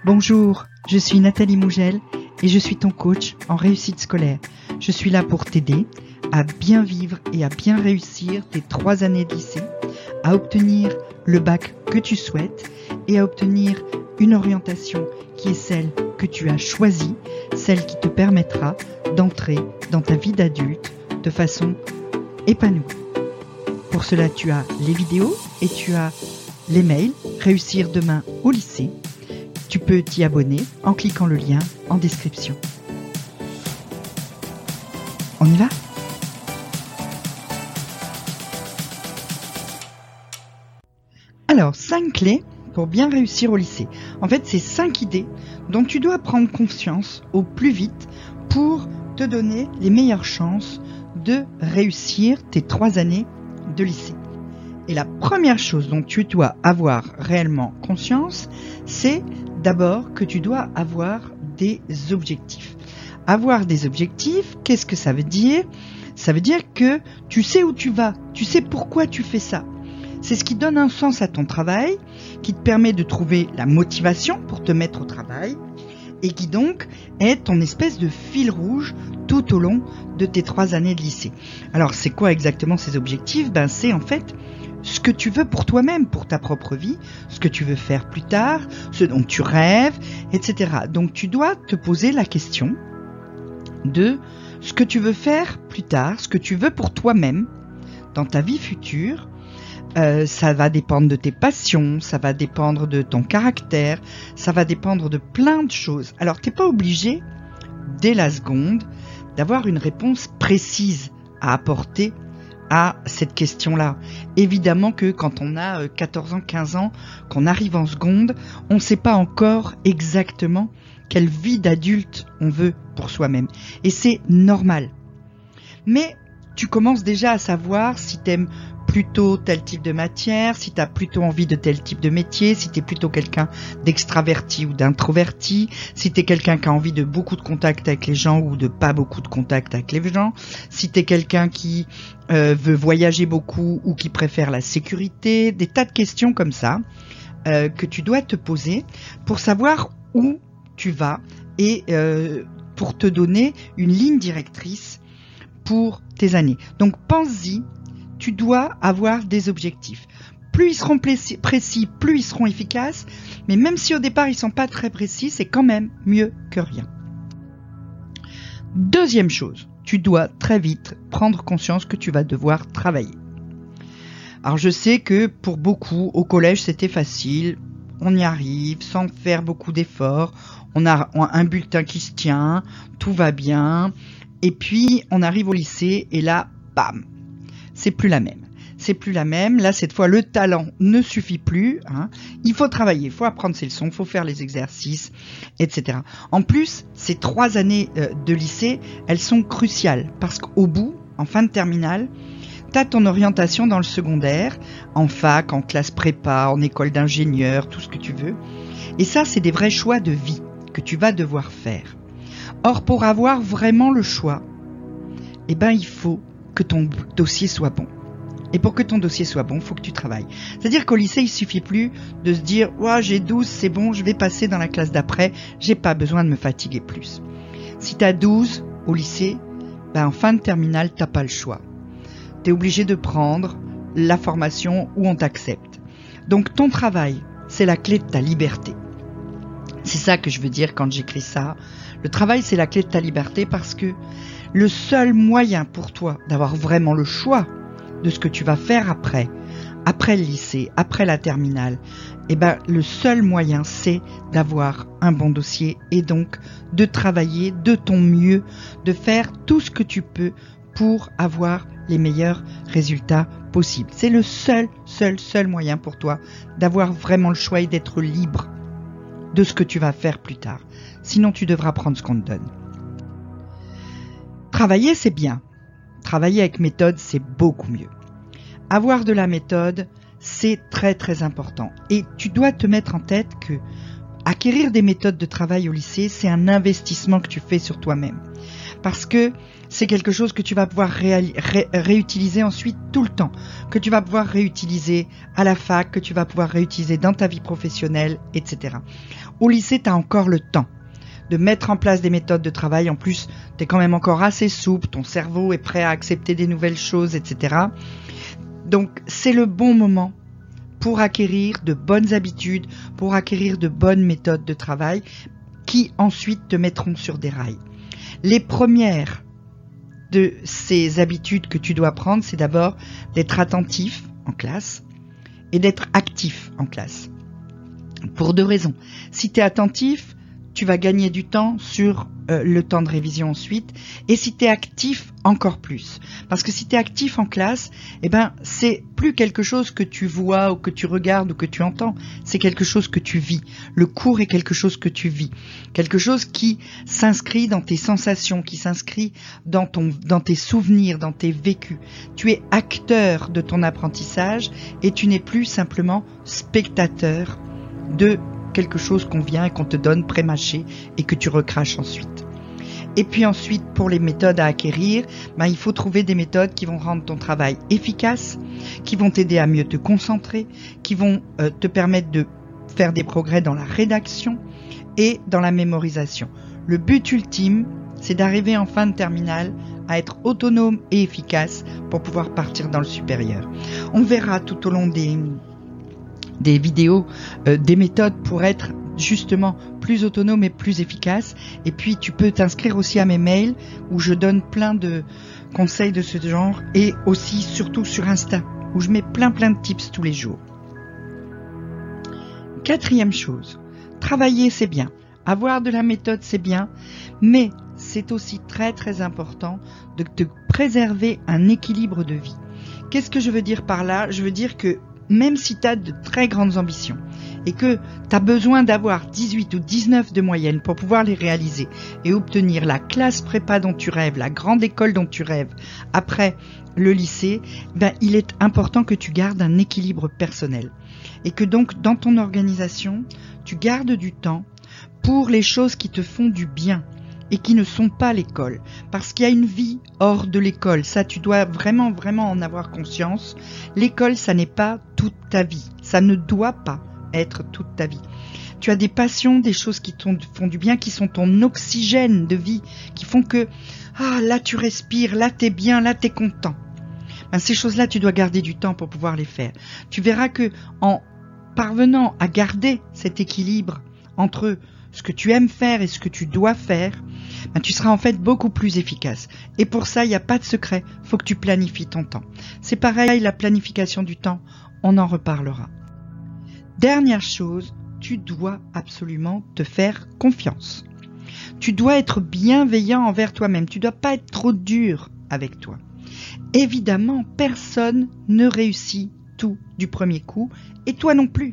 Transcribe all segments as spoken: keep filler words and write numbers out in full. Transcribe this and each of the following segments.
Bonjour, je suis Nathalie Mougel et je suis ton coach en réussite scolaire. Je suis là pour t'aider à bien vivre et à bien réussir tes trois années de lycée, à obtenir le bac que tu souhaites et à obtenir une orientation qui est celle que tu as choisie, celle qui te permettra d'entrer dans ta vie d'adulte de façon épanouie. Pour cela, tu as les vidéos et tu as les mails Réussir demain au lycée. Tu peux t'y abonner en cliquant le lien en description. On y va ? Alors, cinq clés pour bien réussir au lycée. En fait, c'est cinq idées dont tu dois prendre conscience au plus vite pour te donner les meilleures chances de réussir tes trois années de lycée. Et la première chose dont tu dois avoir réellement conscience, c'est d'abord que tu dois avoir des objectifs. Avoir des objectifs, qu'est-ce que ça veut dire ? Ça veut dire que tu sais où tu vas, tu sais pourquoi tu fais ça. C'est ce qui donne un sens à ton travail, qui te permet de trouver la motivation pour te mettre au travail et qui donc est ton espèce de fil rouge tout au long de tes trois années de lycée. Alors c'est quoi exactement ces objectifs ? Ben c'est en fait ce que tu veux pour toi-même, pour ta propre vie, ce que tu veux faire plus tard, ce dont tu rêves, et cetera. Donc tu dois te poser la question de ce que tu veux faire plus tard, ce que tu veux pour toi-même dans ta vie future. Euh, ça va dépendre de tes passions, ça va dépendre de ton caractère, ça va dépendre de plein de choses. Alors t'es pas obligé, dès la seconde, d'avoir une réponse précise à apporter à cette question-là. Évidemment que quand on a quatorze ans, quinze ans, qu'on arrive en seconde, on ne sait pas encore exactement quelle vie d'adulte on veut pour soi-même. Et c'est normal. Mais tu commences déjà à savoir si tu aimes plutôt tel type de matière, si tu as plutôt envie de tel type de métier, si tu es plutôt quelqu'un d'extraverti ou d'introverti, si tu es quelqu'un qui a envie de beaucoup de contact avec les gens ou de pas beaucoup de contact avec les gens, si tu es quelqu'un qui euh, veut voyager beaucoup ou qui préfère la sécurité, des tas de questions comme ça euh, que tu dois te poser pour savoir où tu vas et euh, pour te donner une ligne directrice pour tes années. Donc pense-y, tu dois avoir des objectifs. Plus ils seront précis, plus ils seront efficaces, mais même si au départ ils ne sont pas très précis, c'est quand même mieux que rien. Deuxième chose, tu dois très vite prendre conscience que tu vas devoir travailler. Alors je sais que pour beaucoup, au collège c'était facile, on y arrive sans faire beaucoup d'efforts, on a un bulletin qui se tient, tout va bien, et puis on arrive au lycée et là, bam, c'est plus la même. C'est plus la même. Là, cette fois, le talent ne suffit plus. Hein. Il faut travailler, il faut apprendre ses leçons, il faut faire les exercices, et cetera. En plus, ces trois années euh, de lycée, elles sont cruciales parce qu'au bout, en fin de terminale, tu as ton orientation dans le secondaire, en fac, en classe prépa, en école d'ingénieur, tout ce que tu veux. Et ça, c'est des vrais choix de vie que tu vas devoir faire. Or, pour avoir vraiment le choix, eh ben, il faut que ton dossier soit bon. Et pour que ton dossier soit bon, il faut que tu travailles. C'est-à-dire qu'au lycée, il ne suffit plus de se dire « Ouais, j'ai douze, c'est bon, je vais passer dans la classe d'après, j'ai pas besoin de me fatiguer plus. » Si tu as douze au lycée, ben en fin de terminale, tu n'as pas le choix. Tu es obligé de prendre la formation où on t'accepte. Donc ton travail, c'est la clé de ta liberté. C'est ça que je veux dire quand j'écris ça. Le travail, c'est la clé de ta liberté parce que le seul moyen pour toi d'avoir vraiment le choix de ce que tu vas faire après, après le lycée, après la terminale, eh ben, le seul moyen, c'est d'avoir un bon dossier et donc de travailler de ton mieux, de faire tout ce que tu peux pour avoir les meilleurs résultats possibles. C'est le seul, seul, seul moyen pour toi d'avoir vraiment le choix et d'être libre de ce que tu vas faire plus tard. Sinon, tu devras prendre ce qu'on te donne. Travailler, c'est bien. Travailler avec méthode, c'est beaucoup mieux. Avoir de la méthode, c'est très très important. Et tu dois te mettre en tête que acquérir des méthodes de travail au lycée, c'est un investissement que tu fais sur toi-même. parce que c'est quelque chose que tu vas pouvoir ré ré réutiliser ensuite tout le temps, que tu vas pouvoir réutiliser à la fac, que tu vas pouvoir réutiliser dans ta vie professionnelle, et cetera. Au lycée, tu as encore le temps de mettre en place des méthodes de travail. En plus, tu es quand même encore assez souple, ton cerveau est prêt à accepter des nouvelles choses, et cetera. Donc, c'est le bon moment pour acquérir de bonnes habitudes, pour acquérir de bonnes méthodes de travail qui ensuite te mettront sur des rails. Les premières de ces habitudes que tu dois prendre, c'est d'abord d'être attentif en classe et d'être actif en classe. Pour deux raisons. Si tu es attentif, tu vas gagner du temps sur euh, le temps de révision ensuite. Et si tu es actif, encore plus. Parce que si tu es actif en classe, eh ben, c'est plus quelque chose que tu vois ou que tu regardes ou que tu entends. C'est quelque chose que tu vis. Le cours est quelque chose que tu vis. Quelque chose qui s'inscrit dans tes sensations, qui s'inscrit dans, ton, dans tes souvenirs, dans tes vécus. Tu es acteur de ton apprentissage et tu n'es plus simplement spectateur de quelque chose qu'on vient et qu'on te donne pré-mâché et que tu recraches ensuite. Et puis ensuite, pour les méthodes à acquérir, ben, il faut trouver des méthodes qui vont rendre ton travail efficace, qui vont t'aider à mieux te concentrer, qui vont euh, te permettre de faire des progrès dans la rédaction et dans la mémorisation. Le but ultime, c'est d'arriver en fin de terminale à être autonome et efficace pour pouvoir partir dans le supérieur. On verra tout au long des des vidéos, euh, des méthodes pour être justement plus autonome et plus efficace. Et puis tu peux t'inscrire aussi à mes mails où je donne plein de conseils de ce genre et aussi surtout sur Insta où je mets plein plein de tips tous les jours. Quatrième chose, travailler c'est bien, avoir de la méthode c'est bien, mais c'est aussi très très important de te préserver un équilibre de vie. Qu'est-ce que je veux dire par là? Je veux dire que même si tu as de très grandes ambitions et que tu as besoin d'avoir dix-huit ou dix-neuf de moyenne pour pouvoir les réaliser et obtenir la classe prépa dont tu rêves, la grande école dont tu rêves après le lycée, ben, il est important que tu gardes un équilibre personnel et que donc dans ton organisation, tu gardes du temps pour les choses qui te font du bien et qui ne sont pas l'école. Parce qu'il y a une vie hors de l'école. Ça, tu dois vraiment, vraiment en avoir conscience. L'école, ça n'est pas toute ta vie. Ça ne doit pas être toute ta vie. Tu as des passions, des choses qui te font du bien, qui sont ton oxygène de vie, qui font que, ah, là, tu respires, là, t'es bien, là, t'es content. Ben, ces choses-là, tu dois garder du temps pour pouvoir les faire. Tu verras que, en parvenant à garder cet équilibre entre ce que tu aimes faire et ce que tu dois faire, ben, tu seras en fait beaucoup plus efficace. Et pour ça, il n'y a pas de secret, il faut que tu planifies ton temps. C'est pareil, la planification du temps, on en reparlera. Dernière chose, tu dois absolument te faire confiance. Tu dois être bienveillant envers toi-même, tu ne dois pas être trop dur avec toi. Évidemment, personne ne réussit tout du premier coup, et toi non plus.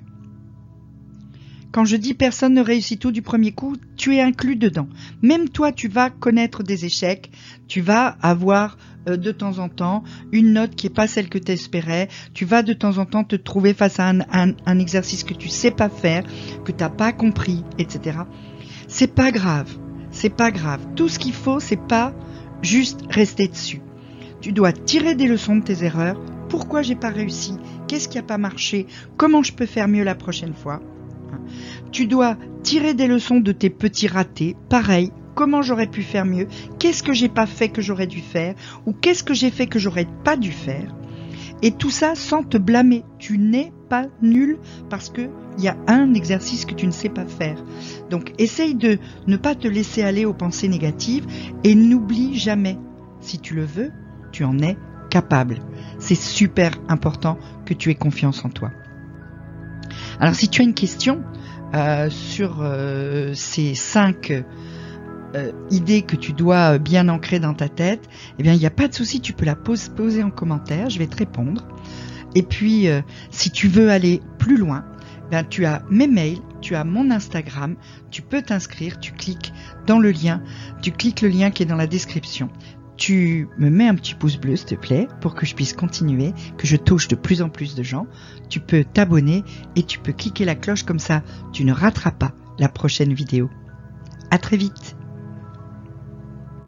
Quand je dis personne ne réussit tout du premier coup, tu es inclus dedans. Même toi, tu vas connaître des échecs, tu vas avoir euh, de temps en temps une note qui n'est pas celle que tu espérais, tu vas de temps en temps te trouver face à un, un, un exercice que tu sais pas faire, que tu n'as pas compris, et cetera. C'est pas grave, c'est pas grave. Tout ce qu'il faut, c'est pas juste rester dessus. Tu dois tirer des leçons de tes erreurs. Pourquoi j'ai pas réussi? Qu'est-ce qui n'a pas marché? Comment je peux faire mieux la prochaine fois? Tu dois tirer des leçons de tes petits ratés. Pareil, comment j'aurais pu faire mieux? Qu'est-ce que j'ai pas fait que j'aurais dû faire? Ou qu'est-ce que j'ai fait que j'aurais pas dû faire? Et tout ça sans te blâmer. Tu n'es pas nul parce que il y a un exercice que tu ne sais pas faire. Donc, essaye de ne pas te laisser aller aux pensées négatives et n'oublie jamais, si tu le veux, tu en es capable. C'est super important que tu aies confiance en toi. Alors, si tu as une question euh, sur euh, ces cinq euh, idées que tu dois bien ancrer dans ta tête, eh bien, il n'y a pas de souci, tu peux la pose, poser en commentaire, je vais te répondre. Et puis, euh, si tu veux aller plus loin, ben, tu as mes mails, tu as mon Instagram, tu peux t'inscrire, tu cliques dans le lien, tu cliques le lien qui est dans la description. Tu me mets un petit pouce bleu, s'il te plaît, pour que je puisse continuer, que je touche de plus en plus de gens. Tu peux t'abonner et tu peux cliquer la cloche comme ça, tu ne rateras pas la prochaine vidéo. À très vite.